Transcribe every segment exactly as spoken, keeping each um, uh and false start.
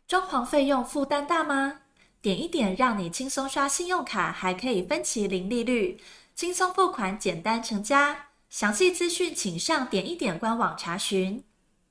装潢费用负担大吗？点一点让你轻松刷信用卡，还可以分期零利率，轻松付款，简单成家。详细资讯请上点一点官网查询。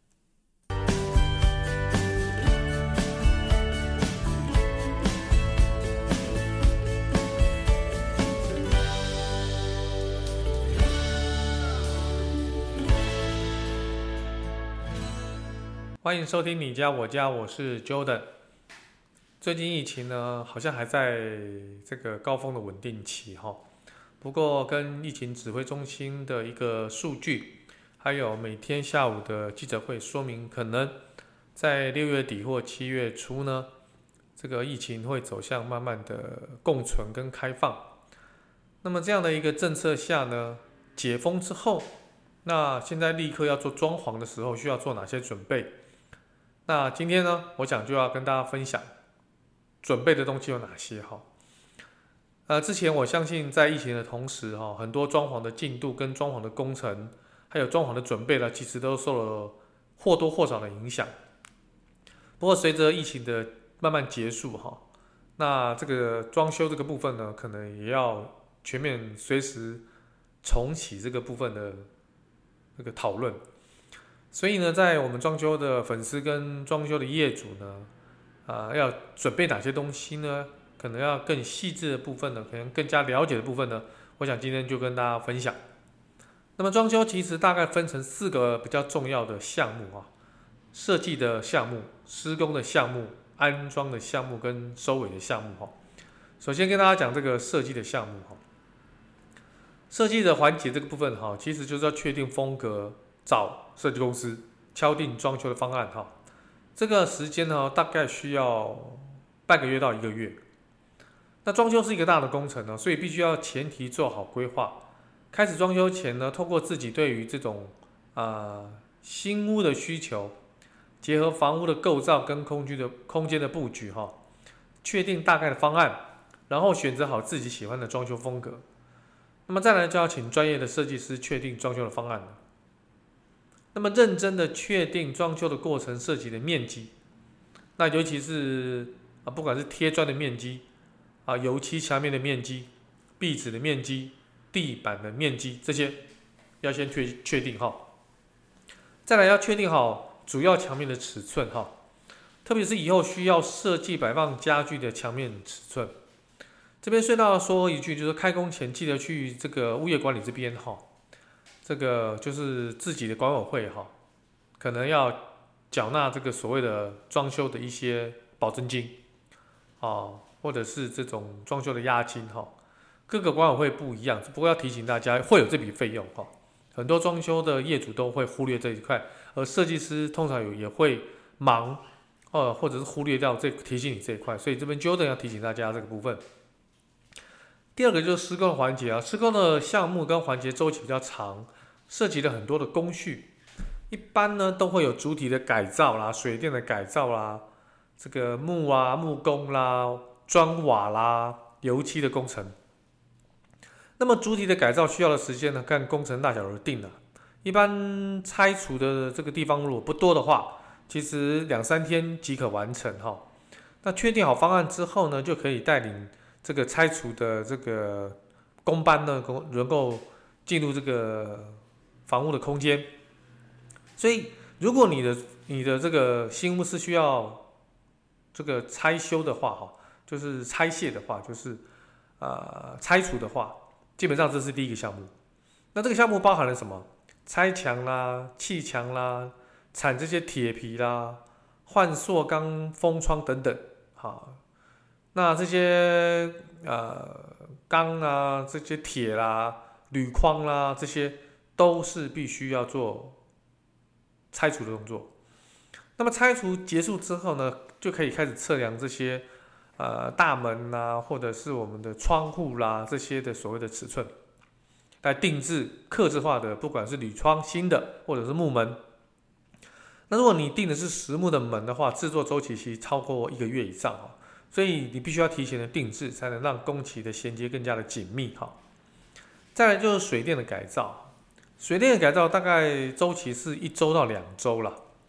欢迎收听你家我家，我是 Jordan。最近疫情呢，好像还在这个高峰的稳定期哈。不过跟疫情指挥中心的一个数据，还有每天下午的记者会说明，可能在六月底或七月初呢，这个疫情会走向慢慢的共存跟开放。那么这样的一个政策下呢，解封之后，那现在立刻要做装潢的时候，需要做哪些准备？那今天呢，我想就要跟大家分享准备的东西有哪些哈。呃，之前我相信在疫情的同时哈，很多装潢的进度跟装潢的工程，还有装潢的准备呢，其实都受了或多或少的影响。不过随着疫情的慢慢结束哈，那这个装修这个部分呢，可能也要全面随时重启这个部分的这个讨论。所以呢，在我们装修的粉丝跟装修的业主呢，啊、呃，要准备哪些东西呢？可能要更细致的部分呢，可能更加了解的部分呢，我想今天就跟大家分享。那么装修其实大概分成四个比较重要的项目啊：设计的项目、施工的项目、安装的项目跟收尾的项目哈。首先跟大家讲这个设计的项目哈，设计的环节这个部分哈，其实就是要确定风格。找设计公司敲定装修的方案哈，这个时间呢大概需要半个月到一个月。那装修是一个大的工程呢，所以必须要前提做好规划。开始装修前呢，透过自己对于这种啊、呃、新屋的需求，结合房屋的构造跟空间的空间的布局哈，确定大概的方案，然后选择好自己喜欢的装修风格。那么再来就要请专业的设计师确定装修的方案了。那么认真的确定装修的过程涉及的面积，那尤其是啊，不管是贴砖的面积啊、油漆墙面的面积、壁纸的面积、地板的面积，这些要先确确定哈。再来要确定好主要墙面的尺寸哈，特别是以后需要设计摆放家具的墙面尺寸。这边顺道说一句，就是开工前记得去这个物业管理这边哈。这个就是自己的管委会哈，可能要缴纳这个所谓的装修的一些保证金啊，或者是这种装修的押金哈。各个管委会不一样，不过要提醒大家会有这笔费用哈。很多装修的业主都会忽略这一块，而设计师通常有也会忙呃，或者是忽略掉这提醒你这一块，所以这边 Jordan 要提醒大家这个部分。第二个就是施工的环节啊，施工的项目跟环节周期比较长。涉及了很多的工序，一般呢都会有主体的改造啦、水电的改造啦、这个木啊、木工啦、砖瓦啦、油漆的工程。那么主体的改造需要的时间呢，看工程大小而定了。一般拆除的这个地方如果不多的话，其实两三天即可完成哈。那确定好方案之后呢，就可以带领这个拆除的这个工班呢，能够进入这个房屋的空间。所以如果你的你的这个新屋是需要这个拆修的话哈，就是拆卸的话，就是呃拆除的话，基本上这是第一个项目。那这个项目包含了什么？拆墙啦、砌墙啦、铲这些铁皮啦、换塑钢、封窗等等。好，那这些呃钢啊、这些铁啦、铝框啦，这些都是必须要做拆除的动作。那么拆除结束之后呢，就可以开始测量这些呃大门啦，或者是我们的窗户啦这些的所谓的尺寸，来定制客制化的，不管是铝窗新的或者是木门。那如果你定的是实木的门的话，制作周期其实超过一个月以上哈，所以你必须要提前的定制，才能让工期的衔接更加的紧密哈。再来就是水电的改造，水电的改造大概周期是一周到两周啦。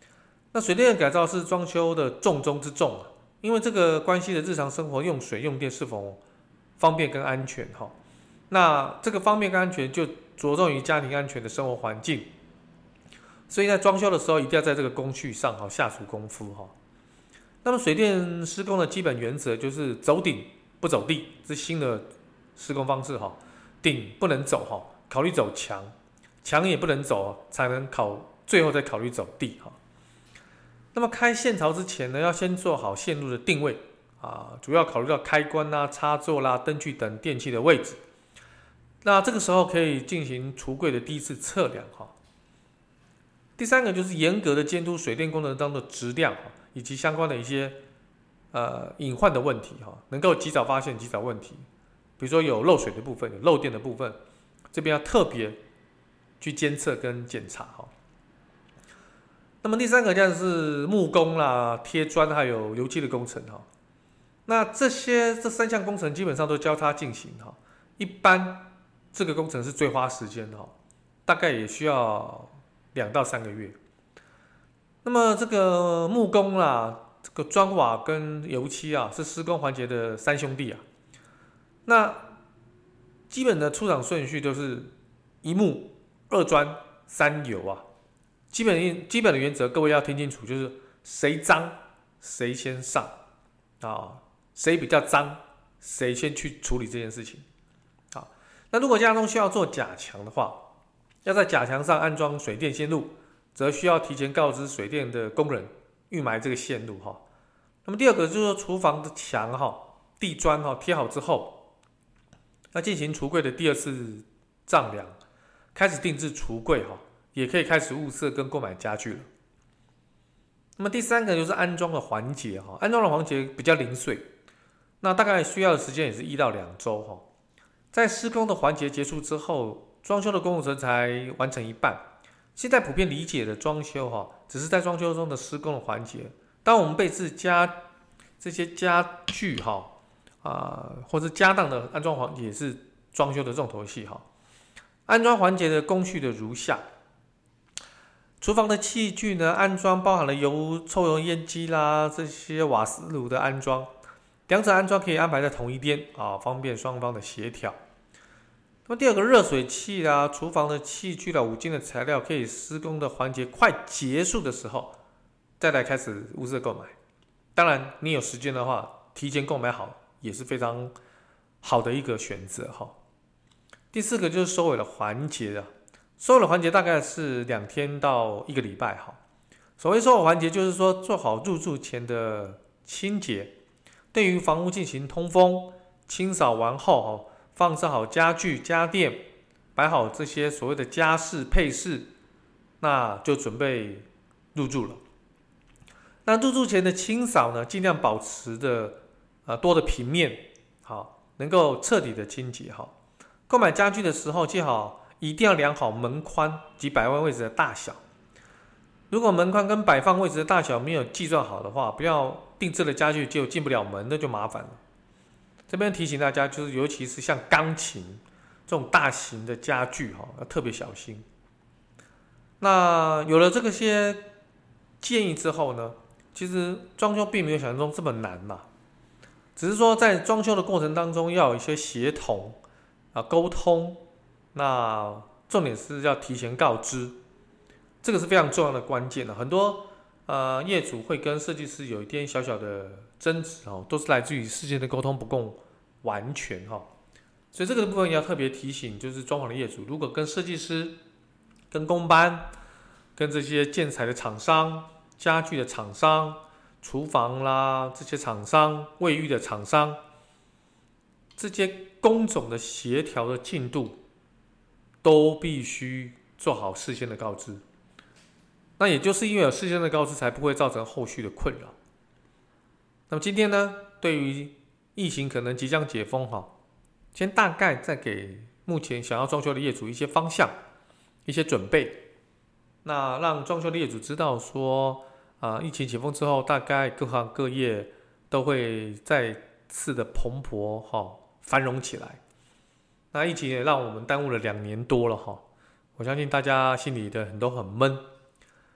那水电的改造是装修的重中之重啊，因为这个关系的日常生活用水用电是否方便跟安全哈。那这个方便跟安全就着重于家庭安全的生活环境，所以在装修的时候一定要在这个工序上哈下足功夫哈。那么水电施工的基本原则就是走顶不走地，是新的施工方式哈。顶不能走哈，考虑走墙，墙也不能走，才能考最后再考虑走地哈。那么开线槽之前呢，要先做好线路的定位啊，主要考虑到开关啦、插座啦、灯具等电器的位置。那这个时候可以进行橱柜的第一次测量哈。第三个就是严格的监督水电工程当中的质量以及相关的一些呃隐患的问题哈，能够及早发现、及早问题。比如说有漏水的部分、有漏电的部分，这边要特别去监测跟检查哈。那么第三个就是木工啦、贴砖还有油漆的工程哈。那这些这三项工程基本上都交叉进行哈。一般这个工程是最花时间的哈，大概也需要两到三个月。那么这个木工啦、这个砖瓦跟油漆啊，是施工环节的三兄弟啊。那基本的出场顺序都是一木、二砖、三油啊。基本基本的原则，各位要听清楚，就是谁脏谁先上啊，谁比较脏谁先去处理这件事情。好，那如果家中需要做假墙的话，要在假墙上安装水电线路，则需要提前告知水电的工人预埋这个线路哈。那么第二个就是说厨房的墙哈、地砖哈贴好之后，要进行橱柜的第二次丈量，开始定制橱柜哈，也可以开始物色跟购买家具了。那么第三个就是安装的环节哈，安装的环节比较零碎，那大概需要的时间也是一到两周哈。在施工的环节结束之后，装修的工程才完成一半。现在普遍理解的装修哈，只是在装修中的施工的环节。当我们备置家这些家具哈。啊，或者家当的安装环节也是装修的重头戏哈。安装环节的工序的如下：厨房的器具呢，安装包含了油抽油烟机啦，这些瓦斯炉的安装，两者安装可以安排在同一边啊，方便双方的协调。那么第二个热水器啦，厨房的器具啦，五金的材料，可以施工的环节快结束的时候，再来开始物色购买。当然，你有时间的话，提前购买好。也是非常好的一个选择哈。第四个就是收尾的环节啊，收尾的环节大概是两天到一个礼拜哈。所谓收尾环节，就是说做好入住前的清洁，对于房屋进行通风、清扫完后哈，放置好家具、家电，摆好这些所谓的家饰配饰，那就准备入住了。那入住前的清扫呢，尽量保持的。呃，多的平面，好，能够彻底的清洁哈。购买家具的时候，记好一定要量好门宽及摆放位置的大小。如果门宽跟摆放位置的大小没有计算好的话，不要定制的家具就进不了门，那就麻烦了。这边提醒大家，就是尤其是像钢琴这种大型的家具哈，要特别小心。那有了这个些建议之后呢，其实装修并没有想象中这么难嘛。只是说，在装修的过程当中，要有一些协同啊、沟通，那重点是要提前告知，这个是非常重要的关键的。很多呃业主会跟设计师有一点小小的争执哦，都是来自于事先的沟通不够完全哈。所以这个部分也要特别提醒，就是装潢的业主，如果跟设计师、跟工班、跟这些建材的厂商、家具的厂商。厨房啦，这些厂商、卫浴的厂商，这些工种的协调的进度，都必须做好事先的告知。那也就是因为有事先的告知，才不会造成后续的困扰。那么今天呢，对于疫情可能即将解封哈，先大概再给目前想要装修的业主一些方向、一些准备，那让装修的业主知道说。啊，疫情解封之后，大概各行各业都会再次的蓬勃哈繁荣起来。那疫情也让我们耽误了两年多了哈，我相信大家心里的很多很闷。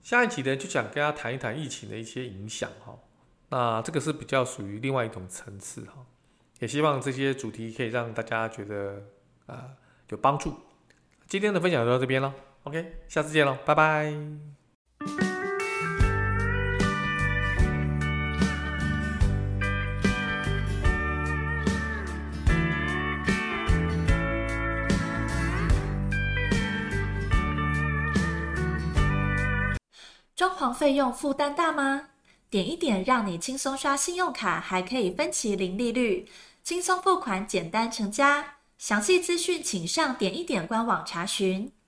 下一集呢，就想跟大家谈一谈疫情的一些影响哈。那这个是比较属于另外一种层次哈，也希望这些主题可以让大家觉得呃有帮助。今天的分享就到这边了 ，OK， 下次见喽，拜拜。 装潢费用负担大吗？点一点让你轻松刷信用卡，还可以分期零利率，轻松付款，简单成家。详细资讯请上点一点官网查询。